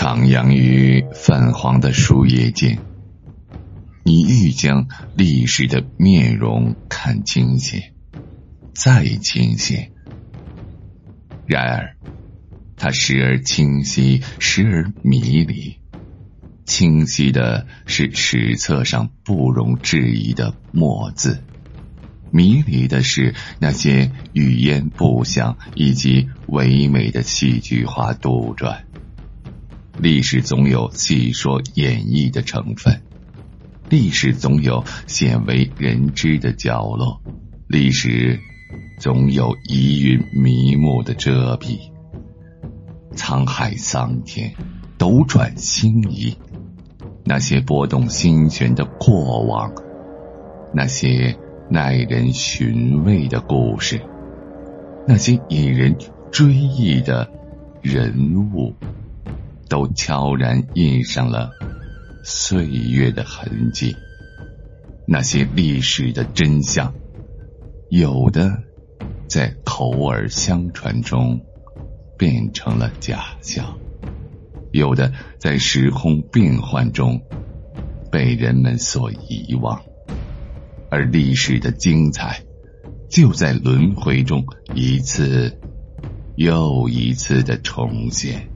徜徉于泛黄的树叶间，你欲将历史的面容看清些，再清些。然而它时而清晰，时而迷离。清晰的是史册上不容置疑的墨字，迷离的是那些语言不详以及唯美的戏剧化杜撰。历史总有戏说演绎的成分，历史总有鲜为人知的角落，历史总有疑云迷雾的遮蔽。沧海桑田，斗转星移，那些波动心弦的过往，那些耐人寻味的故事，那些引人追忆的人物，都悄然印上了岁月的痕迹。那些历史的真相，有的在口耳相传中变成了假象，有的在时空变幻中被人们所遗忘，而历史的精彩就在轮回中一次又一次的重现。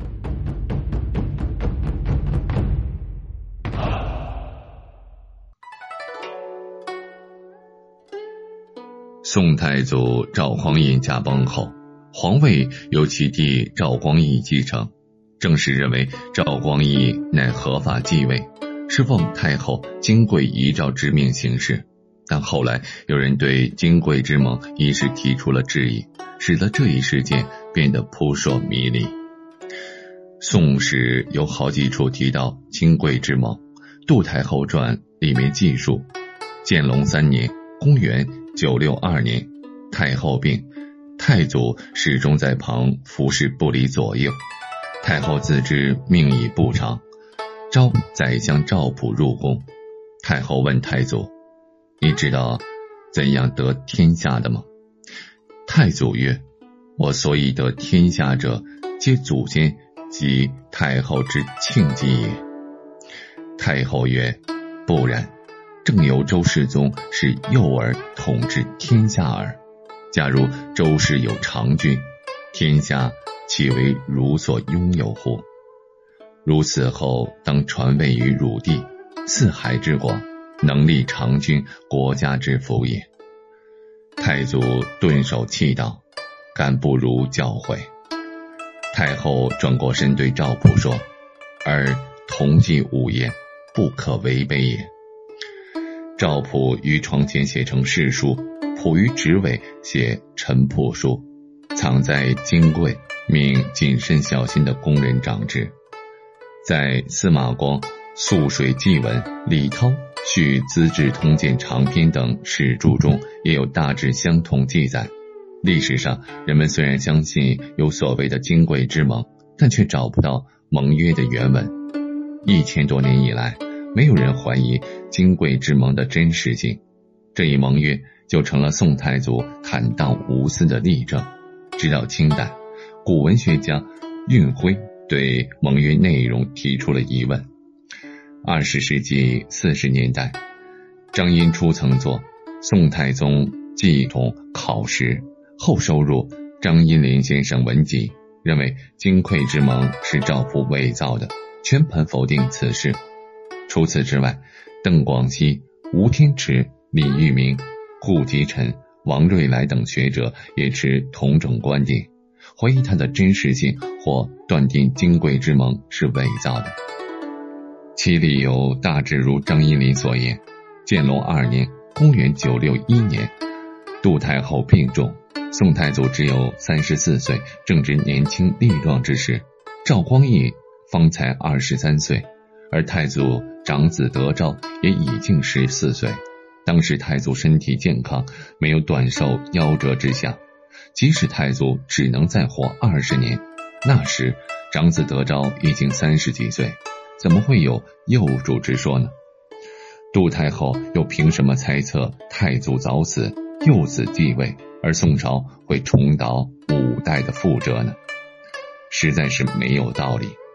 宋太祖赵匡胤驾崩后，皇位由其弟赵光义继承。正史认为赵光义乃合法继位，是奉太后金贵遗诏之命行事，但后来有人对金贵之盟一事提出了质疑，使得这一事件变得扑朔迷离。宋史有好几处提到金贵之盟，杜太后传里面记述，建隆3年公元962年，太后病，太祖始终在旁服侍不离左右。太后自知命已不长，召宰相赵普入宫。太后问太祖：你知道怎样得天下的吗？太祖曰：我所以得天下者，皆祖先及太后之庆忌也。太后曰：不然，正由周世宗是幼儿统治天下耳。假如周氏有长君，天下岂为汝所拥有乎？汝死后当传位于汝弟，四海之广，能立长君，国家之福也。太祖顿首泣道：敢不如教诲。太后转过身对赵普说：尔同济五言，不可违背也。赵普于床前写成誓书，普于纸尾写陈朴书，藏在金柜，命谨慎小心的工人掌之。在司马光《素水记文》、李涛续《资治通鉴长篇》等史著中也有大致相同记载。历史上人们虽然相信有所谓的金贵之盟，但却找不到盟约的原文。1000多年以来，没有人怀疑金贵之盟的真实性，这一盟约就成了宋太祖坦荡无私的例证。直到清代，古文学家运辉对盟约内容提出了疑问。20世纪40年代，张荫初曾作《宋太宗继统考实》，后收入张荫林先生文集，认为金匮之盟是赵普伪造的，全盘否定此事。除此之外，邓广熙、吴天池、李玉明、顾吉臣、王瑞来等学者也持同种观点，怀疑它的真实性，或断定金贵之盟是伪造的。其理由大致如张荫林所言：建隆2年公元961年，杜太后病重，宋太祖只有34岁，正值年轻力壮之时，赵光义方才23岁，而太祖长子德昭也已经14岁。当时太祖身体健康，没有短寿夭折之象，即使太祖只能再活20年，那时长子德昭已经30几岁，怎么会有幼主之说呢？杜太后又凭什么猜测太祖早死，幼子继位，而宋朝会重蹈5代的覆辙呢？实在是没有道理。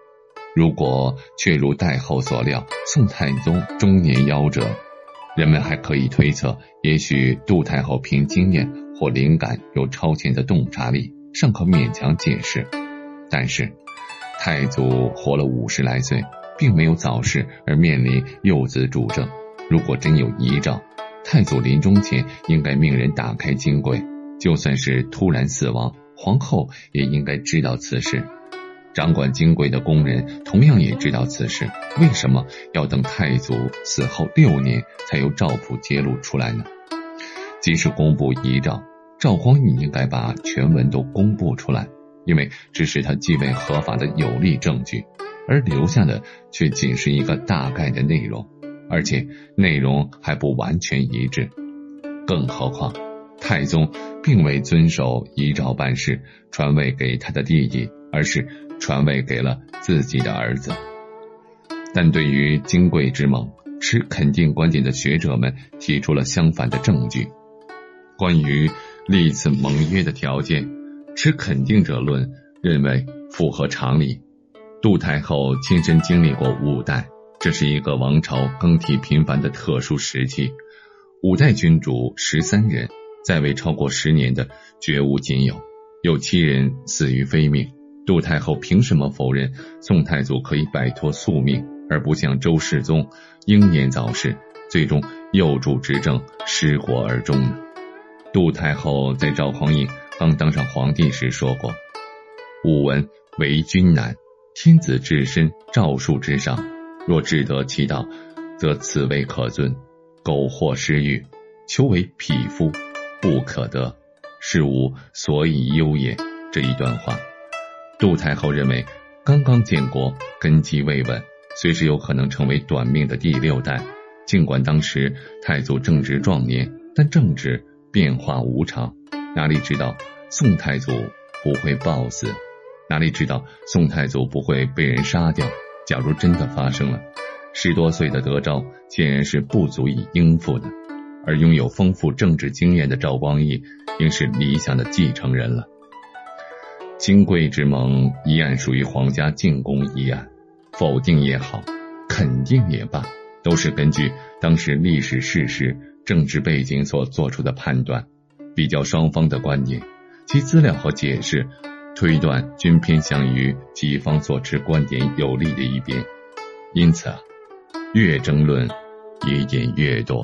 如果确如太后所料，宋太宗中年夭折，人们还可以推测，也许杜太后凭经验或灵感有超前的洞察力，尚可勉强解释。但是太祖活了50来岁，并没有早逝而面临幼子主政，如果真有遗诏，太祖临终前应该命人打开金柜，就算是突然死亡，皇后也应该知道此事。掌管金柜的工人同样也知道此事，为什么要等太祖死后6年才由诏谱揭露出来呢？即使公布遗诏，赵匡胤应该把全文都公布出来，因为这是他继位合法的有力证据，而留下的却仅是一个大概的内容，而且内容还不完全一致。更何况太宗并未遵守遗诏办事，传位给他的弟弟，而是传位给了自己的儿子。但对于金柜之盟，持肯定观点的学者们提出了相反的证据。关于历次盟约的条件，持肯定者论认为符合常理。杜太后亲身经历过5代，这是一个王朝更替频繁的特殊时期，5代君主13人，在位超过10年的绝无仅有，有7人死于非命。杜太后凭什么否认宋太祖可以摆脱宿命，而不像周世宗英年早逝，最终幼主执政，失火而终呢？杜太后在赵匡胤刚当上皇帝时说过，吾闻为君难，天子至身，诏书之上，若志得其道，则此位可尊，苟或失欲，求为匹夫，不可得，是吾所以忧也。这一段话，杜太后认为刚刚建国，根基未稳，随时有可能成为短命的第6代。尽管当时太祖正值壮年，但政治变化无常，哪里知道宋太祖不会暴死，哪里知道宋太祖不会被人杀掉。假如真的发生了，10多岁的德昭显然是不足以应付的，而拥有丰富政治经验的赵光义应是理想的继承人了。金柜之盟一案属于皇家进攻一案，否定也好，肯定也罢，都是根据当时历史事实、政治背景所做出的判断，比较双方的观点，其资料和解释推断均偏向于己方所持观点有利的一边，因此越争论也演越多。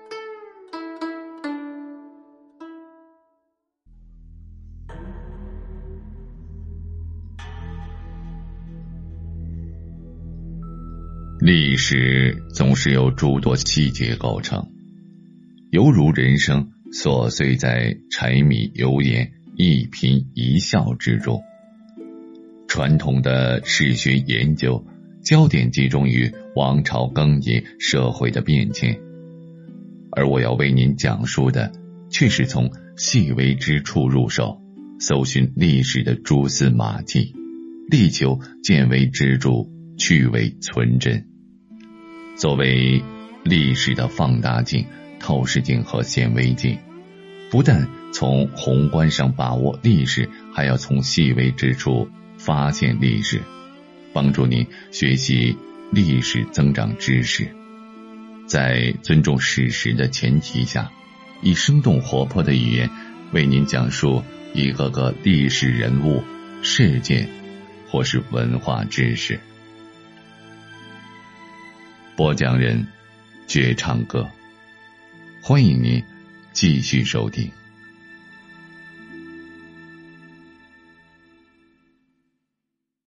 历史总是由诸多细节构成，犹如人生琐碎在柴米油盐一颦一笑之中。传统的史学研究焦点集中于王朝更迭、社会的变迁，而我要为您讲述的却是从细微之处入手，搜寻历史的蛛丝马迹，力求见微知著，去伪存真。作为历史的放大镜、透视镜和显微镜，不但从宏观上把握历史，还要从细微之处发现历史，帮助您学习历史增长知识。在尊重史实的前提下，以生动活泼的语言为您讲述一个个历史人物、事件或是文化知识。播讲人绝唱歌，欢迎您继续收听。